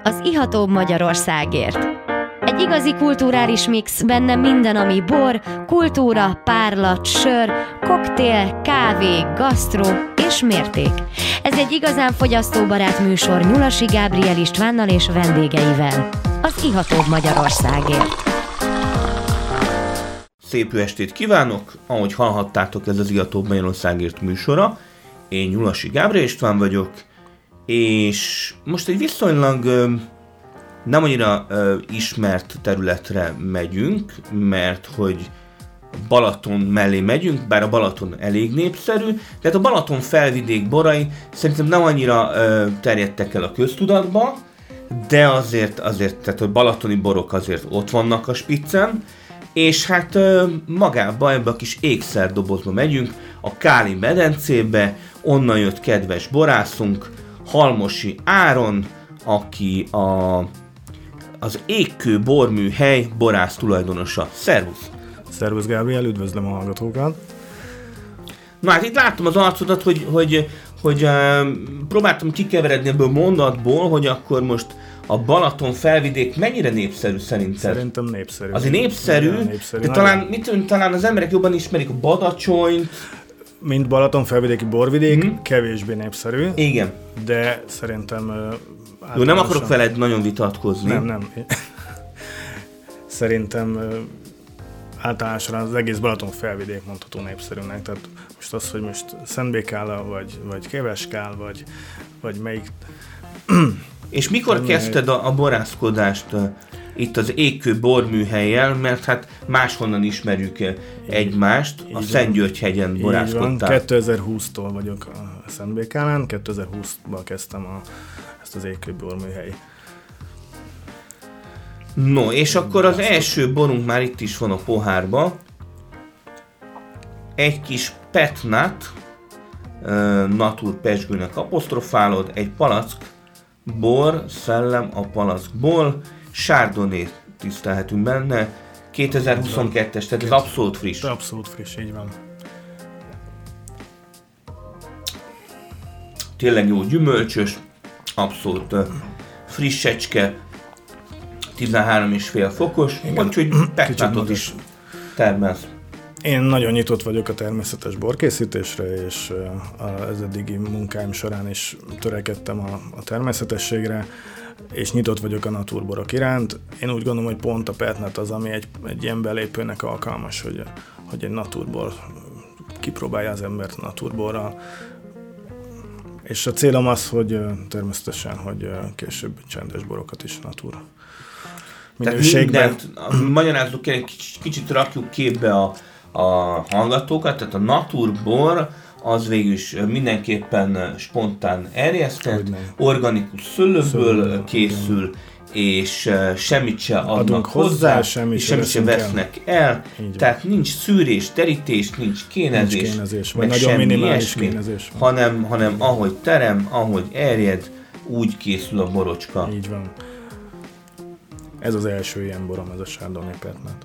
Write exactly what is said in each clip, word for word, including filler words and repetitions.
az ihatóbb Magyarországért. Egy igazi kulturális mix, benne minden, ami bor, kultúra, párlat, sör, koktél, kávé, gasztró és mérték. Ez egy igazán fogyasztóbarát műsor Nyulasi Gábriel Istvánnal és vendégeivel. Az ihatóbb Magyarországért. Szép jó estét kívánok! Ahogy hallhattátok, ez az ihatóbb Magyarországért műsora. Én Nyulasi Gábriel István vagyok, és most egy viszonylag ö, nem annyira ö, ismert területre megyünk, mert hogy Balaton mellé megyünk, bár a Balaton elég népszerű, tehát a Balaton felvidék borai szerintem nem annyira ö, terjedtek el a köztudatba, de azért, azért, tehát a balatoni borok azért ott vannak a spiccen, és hát ö, magába ebbe a kis ékszerdobozba megyünk, a Káli medencébe, onnan jött kedves borászunk, Halmosi Áron, aki a, az Égkő borműhely borász tulajdonosa. Szervusz! Szervusz Gábriel, üdvözlöm a hallgatókat! Na hát itt láttam az arcodat, hogy, hogy, hogy uh, próbáltam kikeveredni ebből a mondatból, hogy akkor most a Balaton felvidék mennyire népszerű szerinted? Szerintem népszerű. Azért népszerű, népszerű de talán, mit, talán az emberek jobban ismerik a Badacsonyt. Mint Balaton felvidéki borvidék, hmm. kevésbé népszerű. Igen. De szerintem... Uh, Jó, nem akarok veled nagyon vitatkozni. Nem, nem. Szerintem uh, általánosan az egész Balaton felvidék mondható népszerűnek. Tehát most az, hogy most Szentbékála, vagy, vagy Keveskál, vagy, vagy melyik... És mikor kezdted a, a borászkodást uh, itt az Égkő borműhellyel, mert hát máshonnan ismerjük uh, egymást, a Szentgyörgyhegyen borászkodtál. kétezer-húsztól vagyok a Szentbékálán, kétezer-húszban kezdtem a, ezt az Égkő borműhely. No, és akkor az első borunk már itt is van a pohárba. Egy kis petnat, uh, Natur pezsgőnek apostrofálod, egy palack bor, szellem a palackból, Chardonnay tisztelhetünk benne, kétezer-huszonkettes, tehát ez abszolút friss. Abszolút friss, így van. Tényleg jó gyümölcsös, abszolút uh, frissecske, tizenhárom és fél fokos, úgyhogy petnatot is termelsz. Én nagyon nyitott vagyok a természetes borkészítésre, és az eddigi munkáim során is törekedtem a, a természetességre, és nyitott vagyok a naturborok iránt. Én úgy gondolom, hogy pont a petnat az, ami egy, egy ilyen belépőnek alkalmas, hogy, hogy egy naturbor kipróbálja az embert naturborral. És a célom az, hogy természetesen, hogy később csendes borokat is natur minőségben. Magyarázzuk el, egy kicsit, kicsit rakjuk képbe a, a hallgatókat, tehát a naturbor az végül is mindenképpen spontán erjesztett, organikus szőlőből Szőlő, készül, igen. És semmit se adnak Adunk hozzá, hozzá semmit és semmit se vesznek el, el. Tehát nincs szűrés, terítés, nincs kénezés, nincs kénezés meg vagy semmi ilyesmi, kénezés hanem, hanem ahogy terem, ahogy erjed, úgy készül a borocska. Így van. Ez az első ilyen borom, ez a Chardonnay petnat.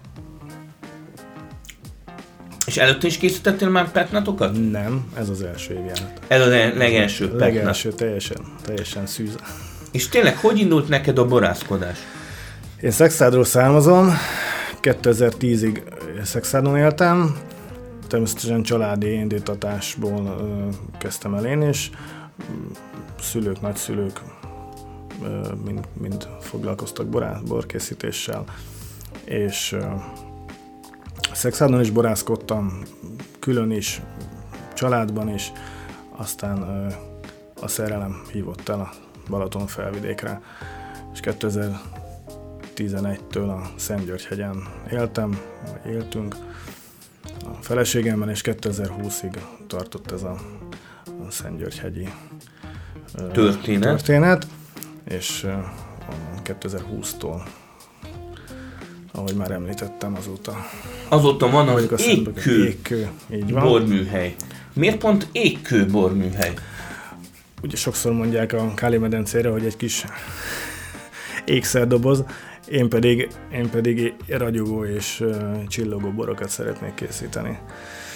És előtte is készítettél már petnatokat? Nem, ez az első évjárat. Ez a legelső petnat. Legelső, teljesen, teljesen szűz. És tényleg, hogy indult neked a borászkodás? Én Szekszádról származom, kétezer-tízig Szekszádon éltem, természetesen családi indítatásból ö, kezdtem el én is. Szülők, nagyszülők mind, mind foglalkoztak borász, borkészítéssel, és uh, Szekszádon is borászkodtam, külön is, családban is, aztán uh, a szerelem hívott el a Balaton felvidékre, és kétezer-tizenegytől a Szentgyörgyhegyen éltem, vagy éltünk a feleségemmel, és kétezer-húszig tartott ez a, a Szentgyörgyhegyi uh, történet. történet. És uh, kétezer-húsztól, ahogy már említettem, azóta... Azóta van az Égkő, Égkő így van. borműhely. Miért pont Égkő borműhely? Ugye sokszor mondják a Káli medencére, hogy egy kis ékszerdoboz, én pedig, én pedig ragyogó és uh, csillogó borokat szeretnék készíteni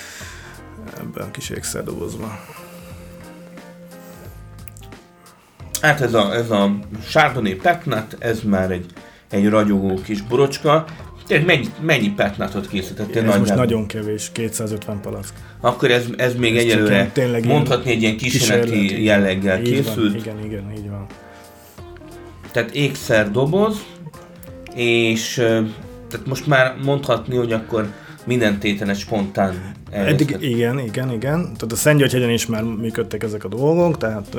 ebben a kis ékszerdobozban. Hát ez a, ez a Chardonnay Petnat, ez már egy, egy ragyogó kis borocska. Tényleg mennyi, mennyi Petnatot készítettél? Ez most nagyon kevés, kétszázötven palack. Akkor ez, ez még ez egyelőre mondhatni egy ilyen kísérleti kísérlet, jelleggel így készült. Van, igen, igen, így van. Tehát ékszer doboz, és tehát most már mondhatni, hogy akkor minden tételen spontán elvesztett. Eddig igen, igen, igen. Tehát a Szentgyörgyhegyen is már működtek ezek a dolgok, tehát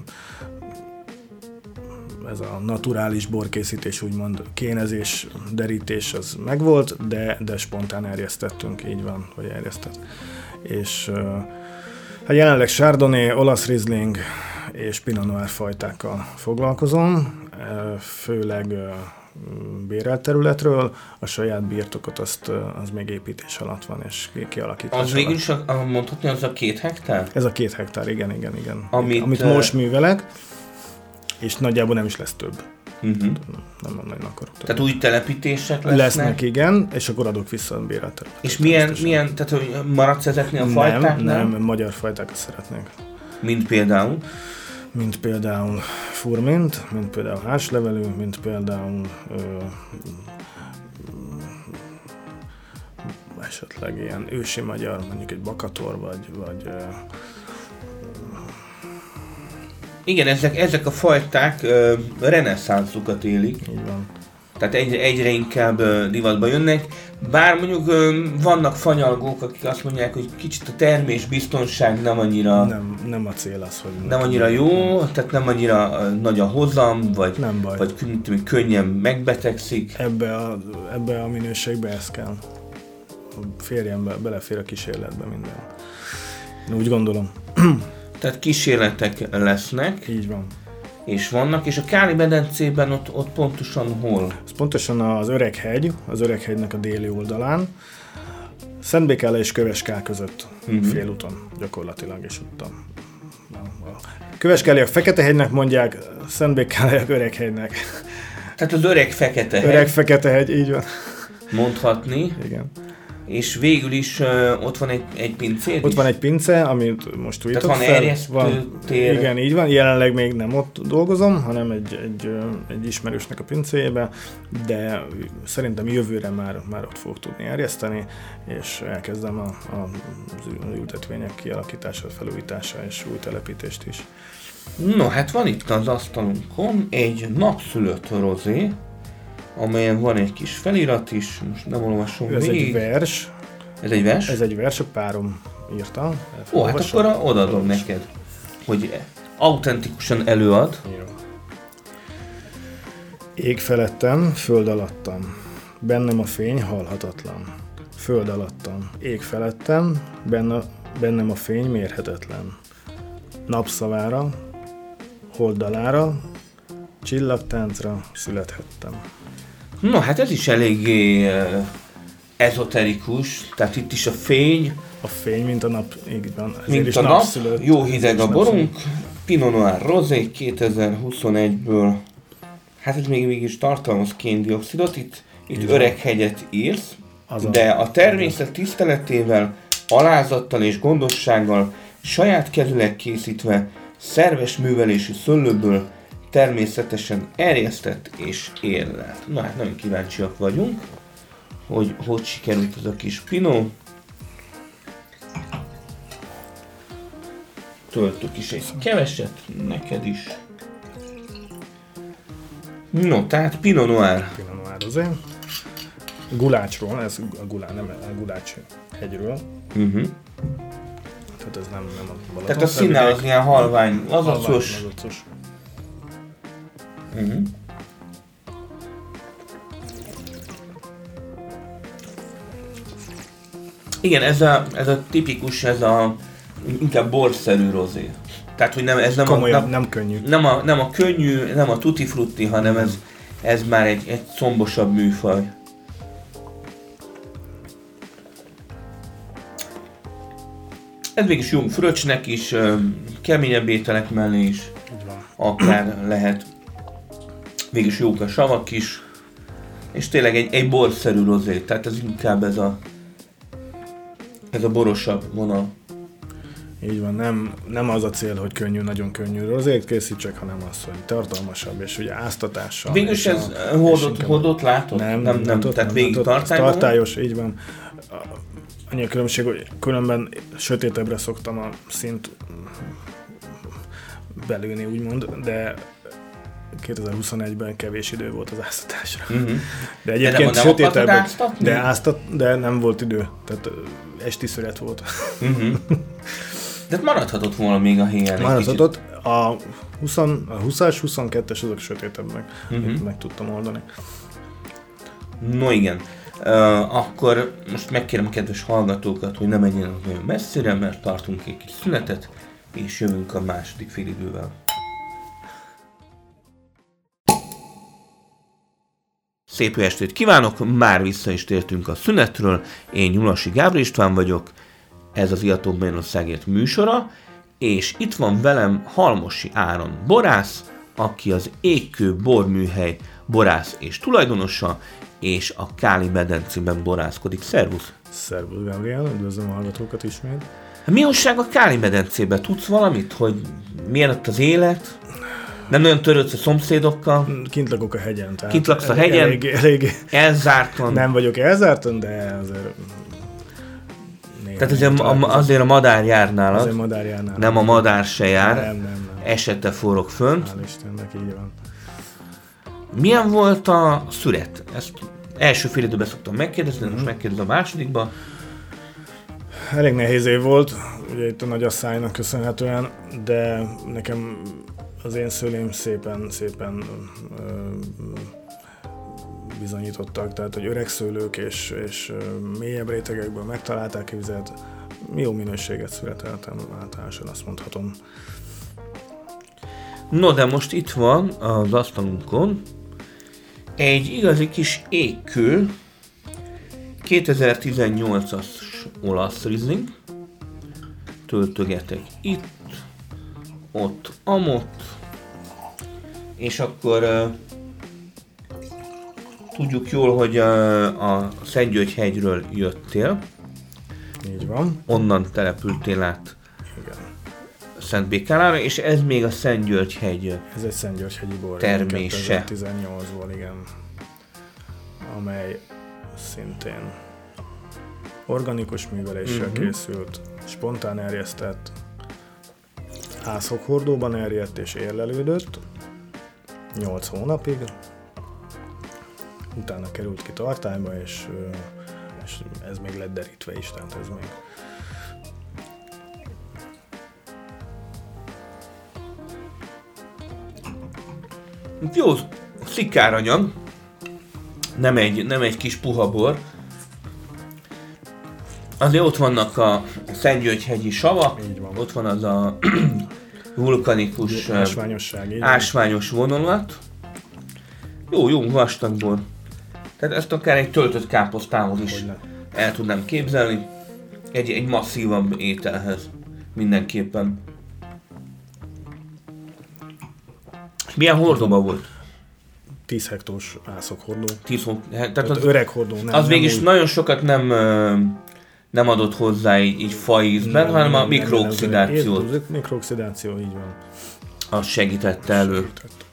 ez a naturális borkészítés, úgymond kénezés, derítés az megvolt, de, de spontán erjesztettünk, így van, vagy erjesztett. És hát jelenleg Chardonnay, olasz Riesling és Pinot Noir fajtákkal foglalkozom, főleg bérelt területről, a saját birtokot azt, az még építés alatt van, és kialakítás Az végül is mondhatni, az a két hektár? Ez a két hektár, igen, igen, igen. Amit, Amit most művelek, és nagyjából nem is lesz több. Uh-huh. Nem, nem nagyon akarok több. Tehát új telepítések lesznek? Lesznek, igen, és akkor adok vissza a bérelt területet. És milyen, milyen, tehát hogy maradsz ezeknél a fajtáknál? Nem, nem, magyar fajtákat szeretnék. Mint például? Mint például furmint, mint például házlevelű, mint például ö, esetleg ilyen ősi magyar, mondjuk egy bakator, vagy, vagy ö, igen, ezek, ezek a fajták ö, reneszánszukat élik. Így van. Tehát egyre, egyre inkább ö, divatba jönnek. Bár mondjuk ö, vannak fanyalgók, akik azt mondják, hogy kicsit a termésbiztonság nem annyira... Nem, nem a cél az, hogy... Nem annyira jó, tehát nem annyira ö, nagy a hozam, vagy, nem baj. vagy könny- könnyen megbetegszik. Ebbe a, ebbe a minőségbe ez kell. Férjen be, belefér a kísérletbe minden. Én úgy gondolom. Tehát kísérletek lesznek. Így van. És vannak, és a Káli-medencében ott, ott pontosan hol? Ez pontosan az Öreghegy, az Öreghegynek a déli oldalán. Szentbékely és Köveskál között, uh-huh. félúton gyakorlatilag is uttam. Köveskáliak Feketehegynek mondják, Szentbékelyiek Öreghegynek. Tehát az öreg Feketehegy. Öreg Feketehegy, így van. Mondhatni. Igen. És végül is uh, ott van egy, egy pincér Ott is? van egy pince, amit most újítok fel. Tehát van erjesztő tér? Igen, így van. Jelenleg még nem ott dolgozom, hanem egy, egy, egy ismerősnek a pincéjében, de szerintem jövőre már, már ott fogok tudni erjeszteni, és elkezdem a, a, az ültetvények kialakítása, felújítása és új telepítést is. No, hát van itt az asztalunkon egy napszülött rozé, amelyen van egy kis felirat is, most nem olvasom Ez még. egy vers. Ez egy vers? Ez egy vers, a párom írta. Ó, hát akkor a, odaadom neked, hogy autentikusan előad. Jó. Ég felettem, föld alattam, bennem a fény halhatatlan. Föld alattam, ég felettem, benne, bennem a fény mérhetetlen. Napszavára, holdalára, csillagtáncra születhettem. No, hát ez is eléggé uh, ezoterikus, tehát itt is a fény. A fény, mint a nap, igen. Mint is a nap, napszülött, jó hideg a borunk, Pinot Noir Rosé kétezer-huszonegyből. Hát ez még mégis tartalmaz kén-dioxidot, itt, itt Öreghegyet írsz, a, de a természet tiszteletével, alázattal és gondossággal, saját kezüleg készítve, szerves művelésű szőlőből, természetesen erjesztett és érlelt. Na hát nagyon kíváncsiak vagyunk, hogy hogy sikerült ez a kis pinó. Töltök is egy keveset, neked is. No, tehát Pinot Noir. Pinot Noir Rosé. Gulácsról, ez a Gulá, nem a Gulács hegyről. Uh-huh. Tehát ez nem, nem a Balaton. Tehát a színe az ilyen halvány, lazacos. Uh-huh. Igen, ez a, ez a tipikus, ez a inkább borszerű rozé. Tehát, hogy nem, ez nem Komolyan, a, nem, nem könnyű. Nem a, nem a könnyű, nem a tutti frutti, hanem ez, ez már egy, egy szombosabb műfaj. Ez mégis jó fröccsnek is, keményebb ételek mellé is akár lehet. Mégis jók a savak is. És tényleg egy, egy borszerű rozé, tehát ez inkább ez a ez a borosabb vonal. Így van, nem, nem az a cél, hogy könnyű, nagyon könnyű rozét készítsek, hanem az, hogy tartalmasabb, és ugye áztatással. Végülis ez hordott, hordott látod? Nem, nem, nem, látott, tehát nem végig látott, tartályban? Tartályos, így van. Annyi a különbség, hogy különben sötétebbre szoktam a szint belőni, úgymond, de kétezer-huszonegyben kevés idő volt az áztatásra. Uh-huh. De egyébként de sötétebb, áztatni? de áztat, de nem volt idő. Tehát esti szület volt. Uh-huh. De maradhatott volna még a helyen. Maradhatott. A, húsz, a húszas, huszonkettes azok sötétebbek. Uh-huh. Itt meg tudtam oldani. No igen. Uh, akkor most megkérem a kedves hallgatókat, hogy ne menjenek nagyon messzire, mert tartunk egy kis szünetet, és jövünk a második félidővel. Szép jó estét kívánok! Már vissza is tértünk a szünetről. Én Nyulasi Gábor István vagyok, ez az Iatóbb Magyarországért műsora, és itt van velem Halmosi Áron borász, aki az Égkő borműhely borász és tulajdonosa, és a Káli medencében borászkodik. Szervusz! Szervusz, Gabriel, üdvözlöm a hallgatókat ismét. Mi újság a Káli medencében? Tudsz valamit, hogy milyen ott az élet? Nem nagyon törődsz a szomszédokkal? Kint lakok a hegyen. Tehát Kint laksz a hegyen? Elég, elég elzártan? Nem vagyok elzártan, de azért... Tehát azért a, azért a madár jár nálad, azért madár jár nálad. Nem a madár se jár, nem, nem, nem. Esete forog fönt. Hál' Istennek, így van. Milyen volt a szület? Ezt első fél időben szoktam megkérdezni, most megkérdezem a másodikba. Elég nehéz év volt, ugye itt a nagyasszálynak köszönhetően, de nekem az én szülém szépen, szépen ö, bizonyítottak, tehát hogy öreg szőlők és, és mélyebb rétegekből megtalálták a vizet, jó minőséget születeltem, általánosan azt mondhatom. No, de most itt van az asztalunkon egy igazi kis égkő, kétezer-tizennyolcas olasz Riesling, töltögetek itt, ott, amott, és akkor uh, tudjuk jól, hogy uh, a Szentgyörgy-hegyről jöttél. Így van. Onnan települtél át Igen. Szentbékálára, és ez még a Szentgyörgy-hegy Ez egy Szentgyörgy-hegyi bor. termése. kétezer-tizennyolcból, igen. Amely szintén organikus műveléssel uh-huh. készült, spontán erjesztett, ászokhordóban erjedt és érlelődött nyolc hónapig. Utána került ki tartályba, és, és ez még lett derítve is, tehát ez még... Jó, szikáranyag, nem egy, nem egy kis puha bor. Azért ott vannak a Szentgyörgy-hegyi savak, van. Ott van az a vulkanikus ásványosság, ásványos vonulat. Jó, jó vastag bor. Tehát ezt akár egy töltött káposztához is Hogyne. el tudnám képzelni. Egy, egy masszívabb ételhez mindenképpen. Milyen hordóban volt? tíz hektós ászokhordó. tíz tehát, tehát az, öreg hordó. Nem, az végig is úgy... nagyon sokat nem, nem adott hozzá így, így faízben, nem, hanem a mikrooxidációt. Mikrooxidáció, így van. Az segítette elő. Segített.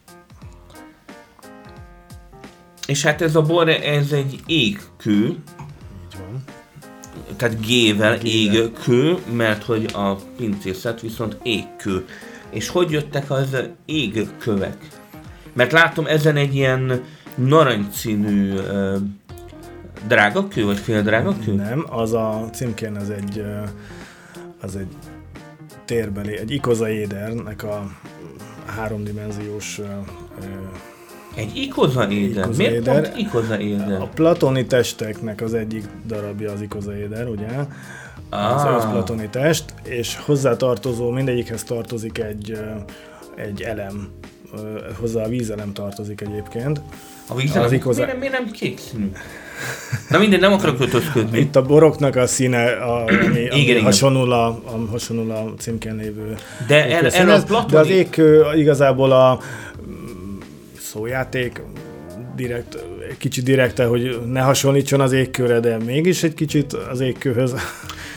És hát ez a bor, ez egy égkő. Így van. Tehát G-vel égkő, mert hogy a pincészet viszont égkő. És hogy jöttek az égkövek? Mert látom ezen egy ilyen narancsszínű uh, drágakő, vagy fél drágakő? Nem, az a címkén az egy, uh, az egy térbeli, egy ikozaédernek a háromdimenziós uh, Egy ikozaéder? Miért pont ikozaéder? A platoni testeknek az egyik darabja az ikozaéder, ugye? Ah. Az összplatoni test, és hozzá tartozó, mindegyikhez tartozik egy, egy elem, hozzá a vízelem tartozik egyébként. A vízelem? Ikoza... Miért, miért nem kék színű? Na minden, nem akarok kötözködni. Itt a boroknak a színe, a, ami, ami igen, hasonlul, a, a, hasonlul a címkén lévő. De, el, el a platoni... de az égkő igazából a szójáték, direkt, kicsit direkte, hogy ne hasonlítson az égkőre, de mégis egy kicsit az égkőhöz.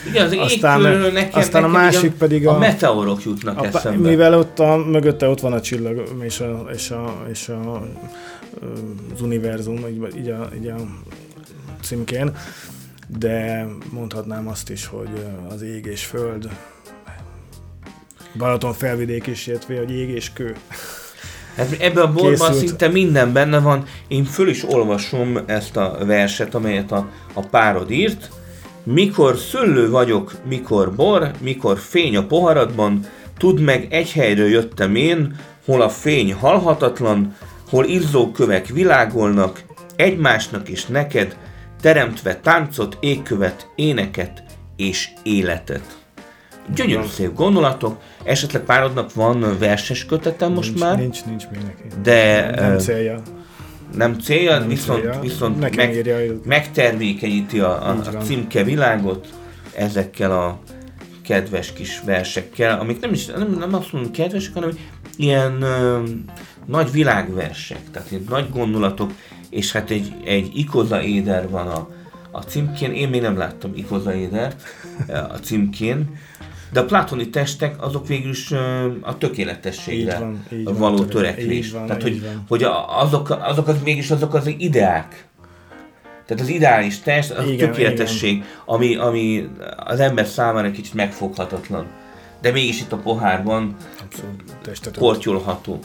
Igen, az aztán, égkőről nekem, aztán nekem a másik a, pedig a, a meteorok jutnak a, eszembe. Mivel ott a, mögötte ott van a csillag és, a, és, a, és a, az univerzum, így, így, a, így a címkén, de mondhatnám azt is, hogy az ég és föld, Balaton felvidék is, illetve, hogy ég és kő. Hát ebben a borban Készült. Szinte minden benne van. Én föl is olvasom ezt a verset, amelyet a, a párod írt. Mikor szőlő vagyok, mikor bor, mikor fény a poharadban, tudd meg, egy helyről jöttem én, hol a fény halhatatlan, hol izzó kövek világolnak, egymásnak és neked, teremtve táncot, égkövet, éneket és életet. Gyönyörű szép gondolatok, esetleg párodnak van verses kötetem most nincs, már. Nincs, nincs még neki. De nem célja. Nem célja, nem viszont, célja. viszont meg, írja, megtermékenyíti a, a, a címke világot ezekkel a kedves kis versekkel, amik nem is nem, nem azt mondom kedvesek, hanem ilyen ö, nagy világversek, tehát ilyen nagy gondolatok, és hát egy, egy Ikoza éder van a, a címkén. Én még nem láttam Ikoza édert a címkén, de a platoni testek azok végül is a tökéletességre van, való van, törekvés. Van, tehát, hogy, hogy azok, azok az mégis azok az ideák. Tehát az ideális test, az igen, tökéletesség, igen. Ami, ami az ember számára egy kicsit megfoghatatlan. De mégis itt a pohárban kortyolható.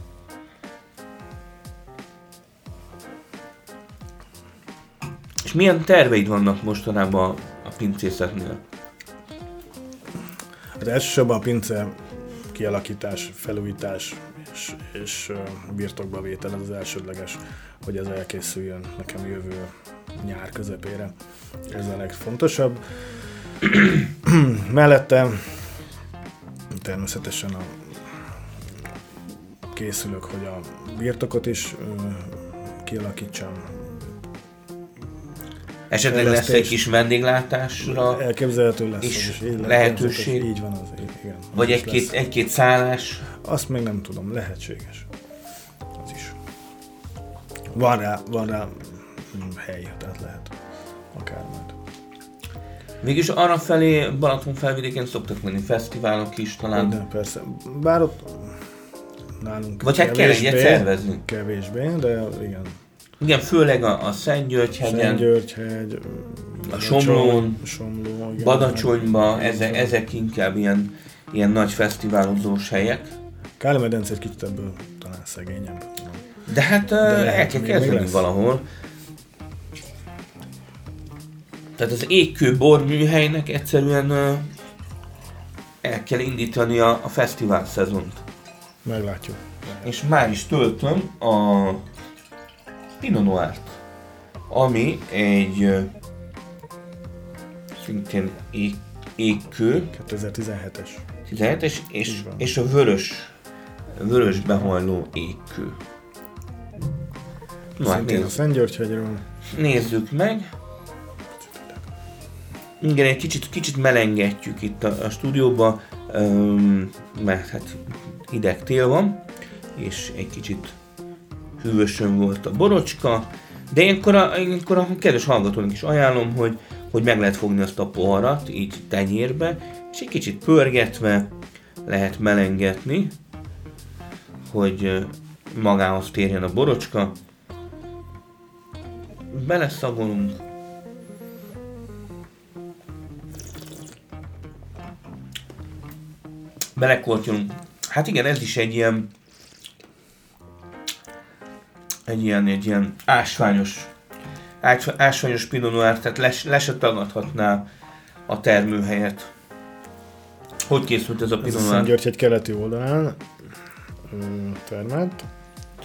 És milyen terveid vannak mostanában a pincészetnél? Az elsősorban a pince kialakítás, felújítás és, és birtokba vétel, ez az elsődleges, hogy ez elkészüljön nekem jövő nyár közepére. Ez a legfontosabb. Mellette természetesen a, készülök, hogy a birtokot is kialakítsam. Esetleg lesz egy kis vendéglátásra elképzelhető lesz is is így lehetőség? Így van az, igen. Vagy egy-két, egy-két szállás? Azt még nem tudom, lehetséges. Az is. Van rá, van rá hely, tehát lehet akár majd. Mégis arra felé Balaton felvidéken szoktak menni fesztiválok is talán. De persze, bár ott nálunk vagy hát kell egyet szervezni. Kevésbé, de igen. Igen, főleg a, a Szentgyörgy-hegyen, Szentgyörgy-hegy, a Somlón, Somló, igen, Badacsonyba, ezek, ezek inkább ilyen, ilyen nagy fesztiválozós helyek. Káli-medence egy kicsit ebből talán szegényebb. De hát De el kell kezdeni valahol. Tehát az égkő borműhelynek egyszerűen el kell indítani a, a fesztivál szezont. Meglátjuk. És már is töltöm a Pinot Noirt, ami egy szintén ég, égkő. kétezer-tizenhetes. tizenhetes és, és a vörös, vörös behajló égkő. No, hát nézzük. A Szentgyörgy-hegyről. Nézzük meg. Igen, egy kicsit, kicsit melengetjük itt a, a stúdióban, um, mert hát hideg tél van, és egy kicsit hűvösön volt a borocska, de ilyenkor a, ilyenkor a kedves hallgatónak is ajánlom, hogy, hogy meg lehet fogni azt a poharat, így tenyérbe, és egy kicsit pörgetve lehet melengetni, hogy magához térjen a borocska. Beleszagolunk. Belekortyolunk. Hát igen, ez is egy ilyen egy ilyen, egy ilyen ásványos ásványos Pinot Noir, tehát le, le se tagadhatná a termőhelyet. Hogy készült ez a Pinot Noir? Ez a Szentgyörgy-hegy keleti oldalán termelt.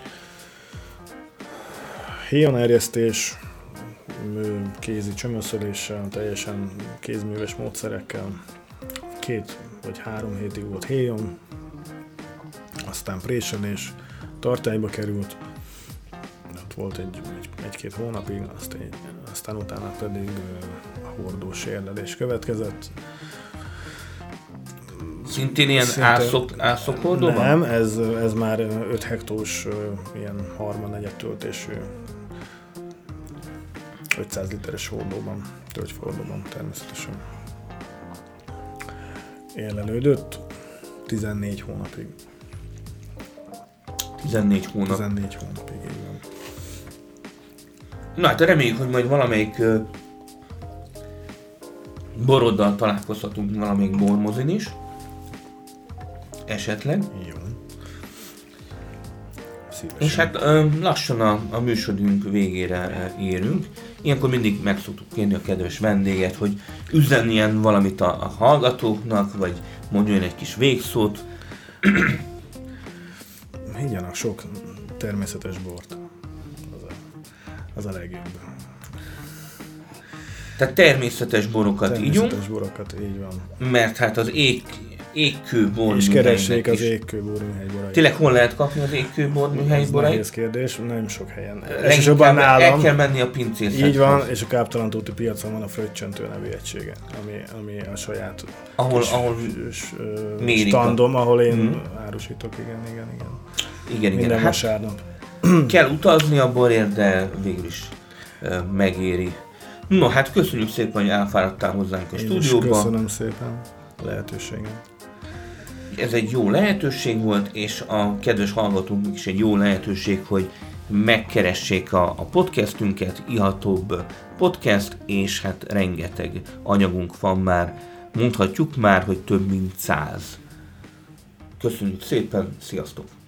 Héjon-erjesztés, kézi csömöszöléssel, teljesen kézműves módszerekkel. Két vagy három hétig volt héjon, aztán préselés, tartályba került. Ott volt egy, egy, egy-két hónapig, aztán, aztán utána pedig a hordós érlelés következett. Szintén ilyen ászok, ászok hordóban? Nem, ez, ez már öt hektós, ilyen harmad-negyed töltésű, ötszáz literes hordóban, tölgyfordóban természetesen. érlelődött tizennégy hónapig. tizennégy hónap. tizennégy hónapig, így van. Na hát reméljük, hogy majd valamelyik uh, boroddal találkozhatunk valamelyik bormozin is. Esetleg. Jó. Szívesen. És hát ö, lassan a, a műsorunk végére érünk. Ilyenkor mindig meg szoktuk kérni a kedves vendéget, hogy üzenjen valamit a, a hallgatóknak, vagy mondjon egy kis végszót. Higgyanak sok természetes bort. Az a, az a legjobb. Tehát természetes borokat természetes ígyunk. borokat, így van. Mert hát az ég, égkő bor És keressék az is. égkő borműhely borait. Tényleg hol lehet kapni az égkő borműhely Ez borait? nehéz kérdés, nem sok helyen. Elsősorban el nálam. kell menni a pincészethez. Így van, és a Káptalantóti piacon van a Fröccsöntő nevű egysége, ami, ami a saját ahol, kis, ahol s, mérik standom, ahol én mm. árusítok, igen, igen, igen. Igen, igen. Minden Hát vasárnap. kell utazni a borért, de végül is uh, megéri. No, hát köszönjük szépen, hogy elfáradtál hozzánk a Én stúdióba. is köszönöm szépen a lehetőséget. Ez egy jó lehetőség volt, és a kedves hallgatóknak is egy jó lehetőség, hogy megkeressék a, a podcastünket, Ihatóbb Podcast, és hát rengeteg anyagunk van már, mondhatjuk már, hogy több mint száz. Köszönjük szépen, sziasztok!